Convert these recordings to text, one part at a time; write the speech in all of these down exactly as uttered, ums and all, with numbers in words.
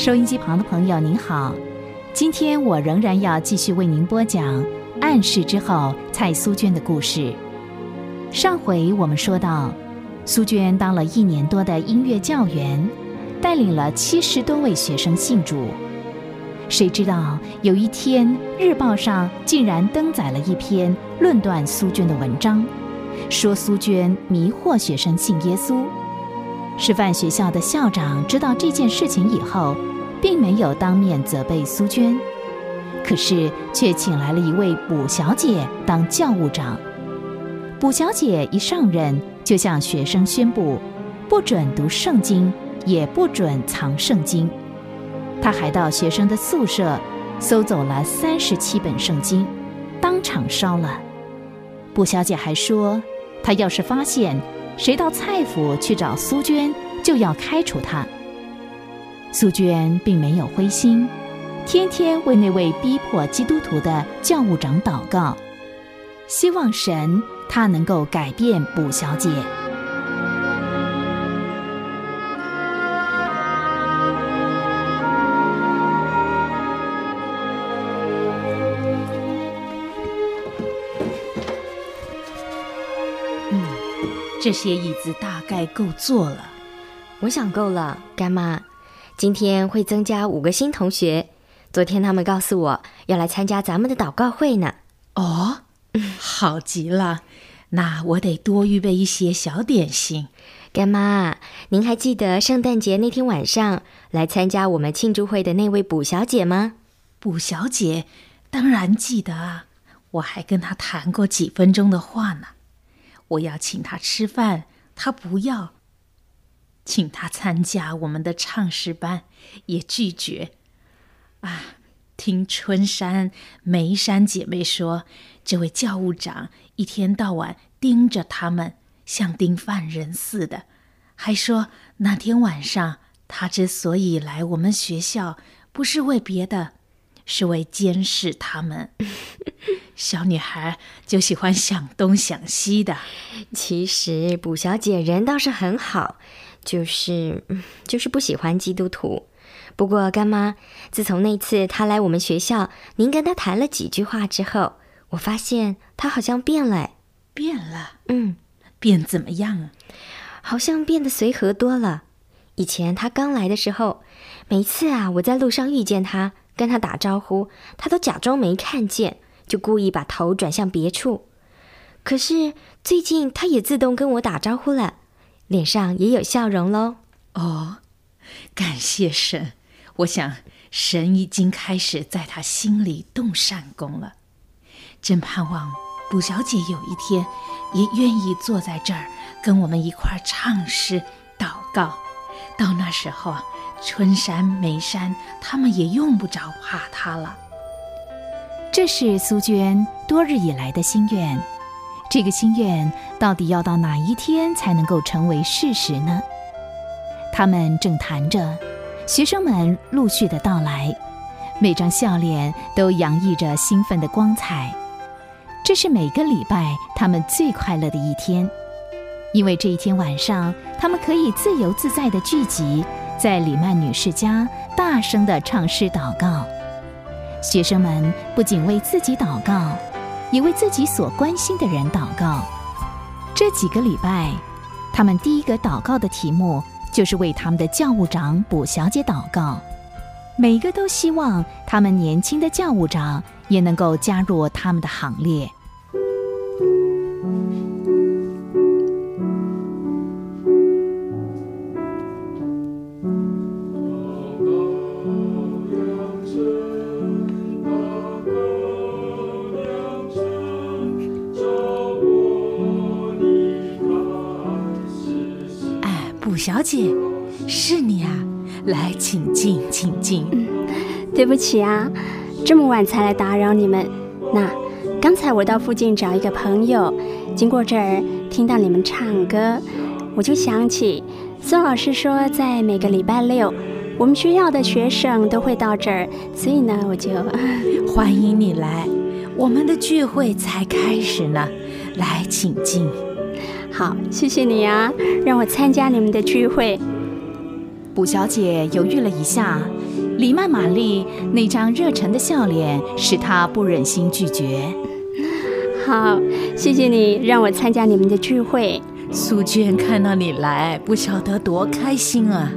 收音机旁的朋友您好，今天我仍然要继续为您播讲暗示之后蔡苏娟的故事。上回我们说到，苏娟当了一年多的音乐教员，带领了七十多位学生信主。谁知道有一天日报上竟然登载了一篇论断苏娟的文章，说苏娟迷惑学生信耶稣。师范学校的校长知道这件事情以后，并没有当面责备苏娟，可是却请来了一位卜小姐当教务长。卜小姐一上任就向学生宣布，不准读圣经，也不准藏圣经。她还到学生的宿舍搜走了三十七本圣经，当场烧了。卜小姐还说，她要是发现谁到蔡府去找苏娟，就要开除她。苏娟并没有灰心，天天为那位逼迫基督徒的教务长祷告，希望神他能够改变卜小姐。 这些椅子大概够坐了。 我想够了，干妈。今天会增加五个新同学，昨天他们告诉我要来参加咱们的祷告会呢。 哦，好极了，那我得多预备一些小点心。 干妈，您还记得圣诞节那天晚上来参加我们庆祝会的那位卜小姐吗？ 卜小姐，当然记得啊，我还跟她谈过几分钟的话呢。我要请他吃饭，他不要；请他参加我们的唱诗班，也拒绝。啊，听春山、梅山姐妹说，这位教务长一天到晚盯着他们，像盯犯人似的。还说那天晚上他之所以来我们学校，不是为别的，是为监视他们。小女孩就喜欢想东想西的。 其实卜小姐人倒是很好，就是就是不喜欢基督徒。不过干妈，自从那次她来我们学校，您跟她谈了几句话之后，我发现她好像变了。 变了？ 嗯， 变怎么样啊？ 好像变得随和多了。以前她刚来的时候，每次啊我在路上遇见她，跟她打招呼，她都假装没看见，就故意把头转向别处。可是最近他也自动跟我打招呼了，脸上也有笑容咯。 哦，感谢神，我想神已经开始在他心里动善功了。真盼望卜小姐有一天也愿意坐在这儿跟我们一块唱诗祷告。到那时候啊，春山梅山他们也用不着怕她了。 这是苏娟多日以来的心愿，这个心愿到底要到哪一天才能够成为事实呢？他们正谈着，学生们陆续的到来，每张笑脸都洋溢着兴奋的光彩。这是每个礼拜他们最快乐的一天，因为这一天晚上，他们可以自由自在地聚集在李曼女士家，大声地唱诗祷告。学生们不仅为自己祷告，也为自己所关心的人祷告。这几个礼拜，他们第一个祷告的题目就是为他们的教务长卜小姐祷告。每个都希望他们年轻的教务长也能够加入他们的行列。 卜小姐，是你啊，来，请进，请进。 嗯，对不起啊，这么晚才来打扰你们。那刚才我到附近找一个朋友，经过这儿听到你们唱歌，我就想起孙老师说，在每个礼拜六，我们学校的学生都会到这儿，所以呢，我就欢迎你来。我们的聚会才开始呢，来，请进。 好，谢谢你啊，让我参加你们的聚会。 卜小姐犹豫了一下， 黎曼玛丽那张热忱的笑脸使她不忍心拒绝。 好，谢谢你让我参加你们的聚会。 苏娟看到你来，不晓得多开心啊！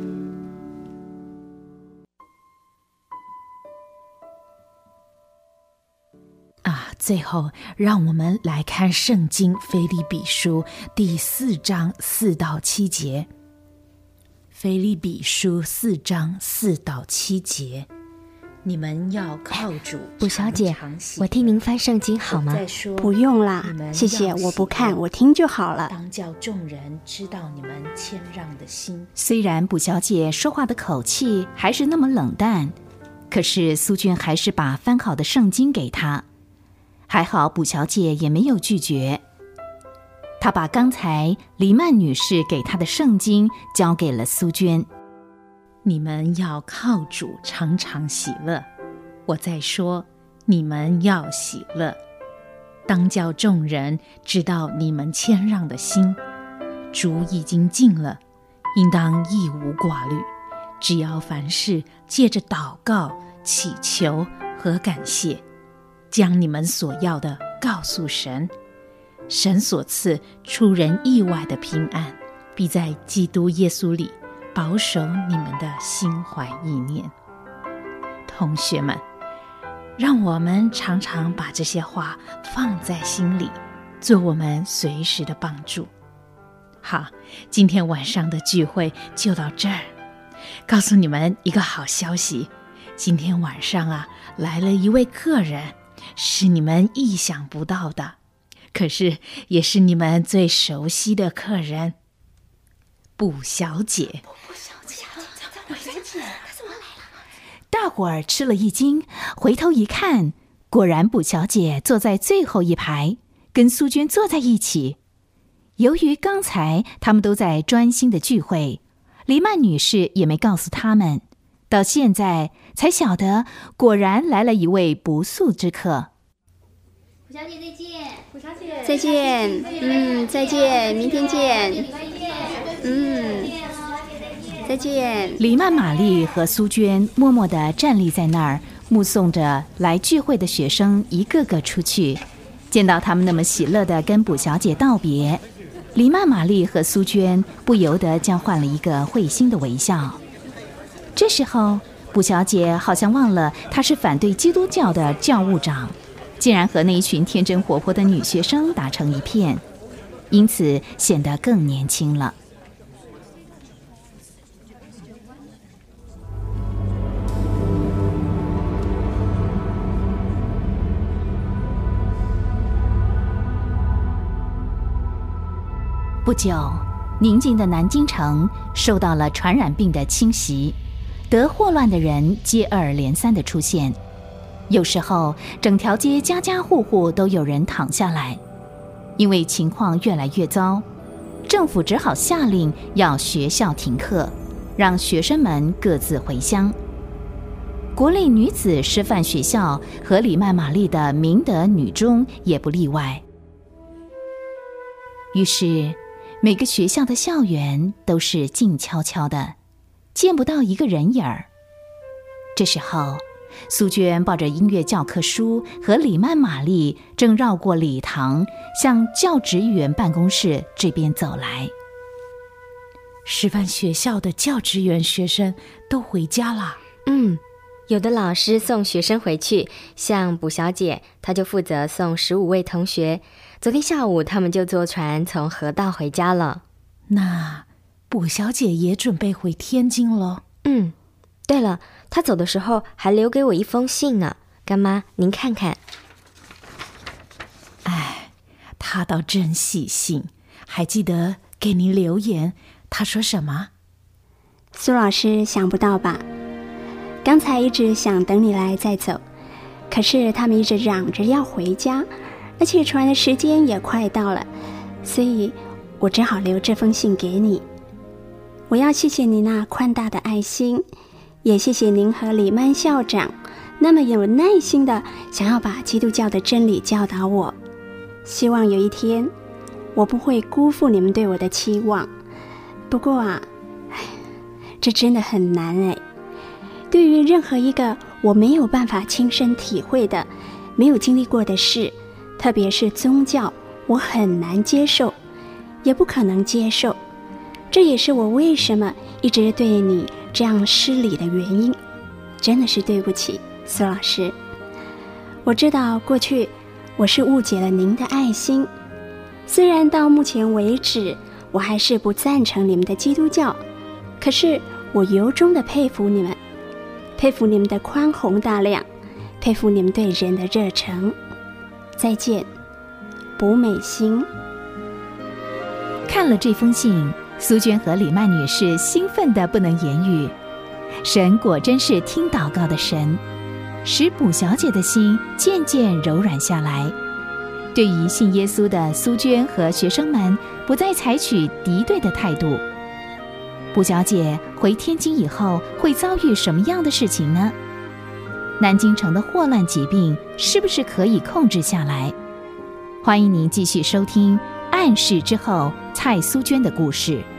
啊，最后让我们来看圣经腓立比书第四章四到七节。腓立比书四章四到七节，你们要靠主。 卜小姐，我替您翻圣经好吗？ 不用啦，谢谢，我不看，我听就好了。 当叫众人知道你们谦让的心。 虽然卜小姐说话的口气还是那么冷淡，可是苏娟还是把翻好的圣经给她。还好卜小姐也没有拒绝，她把刚才黎曼女士给她的圣经交给了苏娟。 你们要靠主常常喜乐。我再说，你们要喜乐，当叫众人知道你们谦让的心。主已经近了，应当一无挂虑，只要凡事借着祷告、祈求和感谢，将你们所要的告诉神。神所赐出人意外的平安，必在基督耶稣里保守你们的心怀意念。同学们，让我们常常把这些话放在心里，做我们随时的帮助。好，今天晚上的聚会就到这儿。告诉你们一个好消息，今天晚上啊，来了一位客人，是你们意想不到的，可是也是你们最熟悉的客人，卜小姐。 大伙儿吃了一惊，回头一看，果然卜小姐坐在最后一排，跟苏娟坐在一起。由于刚才他们都在专心的聚会，黎曼女士也没告诉他们，到现在才晓得，果然来了一位不速之客。 卜小姐再见，卜小姐再见，嗯，再见，明天见，嗯，再见。 黎曼玛丽和苏娟默默地站立在那儿，目送着来聚会的学生一个个出去。见到他们那么喜乐地跟卜小姐道别，黎曼玛丽和苏娟不由得交换了一个会心的微笑。这时候，卜小姐好像忘了她是反对基督教的教务长，竟然和那一群天真活泼的女学生打成一片，因此显得更年轻了。不久，宁静的南京城受到了传染病的侵袭，得霍乱的人接二连三的出现。有时候，整条街家家户户都有人躺下来。因为情况越来越糟，政府只好下令要学校停课，让学生们各自回乡。国立女子师范学校和李曼玛丽的明德女中也不例外。于是，每个学校的校园都是静悄悄的，见不到一个人影儿。这时候，苏娟抱着音乐教科书和李曼玛丽正绕过礼堂，向教职员办公室这边走来。 师范学校的教职员学生都回家了。 嗯，有的老师送学生回去，像卜小姐，她就负责送十五位同学。昨天下午，他们就坐船从河道回家了。 那卜小姐也准备回天津了。 嗯，对了，她走的时候还留给我一封信呢，干妈，您看看。 哎，她倒真细心，还记得给您留言。她说什么？ 苏老师想不到吧？刚才一直想等你来再走，可是他们一直嚷着要回家，而且船的时间也快到了，所以我只好留这封信给你。我要谢谢你那宽大的爱心，也谢谢您和李曼校长那么有耐心的想要把基督教的真理教导我。希望有一天我不会辜负你们对我的期望。不过啊，这真的很难哎。 对于任何一个我没有办法亲身体会的、没有经历过的事，特别是宗教，我很难接受，也不可能接受。这也是我为什么一直对你这样失礼的原因。真的是对不起，苏老师。我知道过去我是误解了您的爱心，虽然到目前为止我还是不赞成你们的基督教，可是我由衷的佩服你们，佩服你们的宽宏大量，佩服你们对人的热忱。再见，卜美心。 看了这封信，苏娟和李曼女士兴奋得不能言语。神果真是听祷告的神，使卜小姐的心渐渐柔软下来。对于信耶稣的苏娟和学生们，不再采取敌对的态度。卜小姐回天津以后会遭遇什么样的事情呢？南京城的霍乱疾病是不是可以控制下来？欢迎您继续收听《暗示之后》蔡苏娟的故事。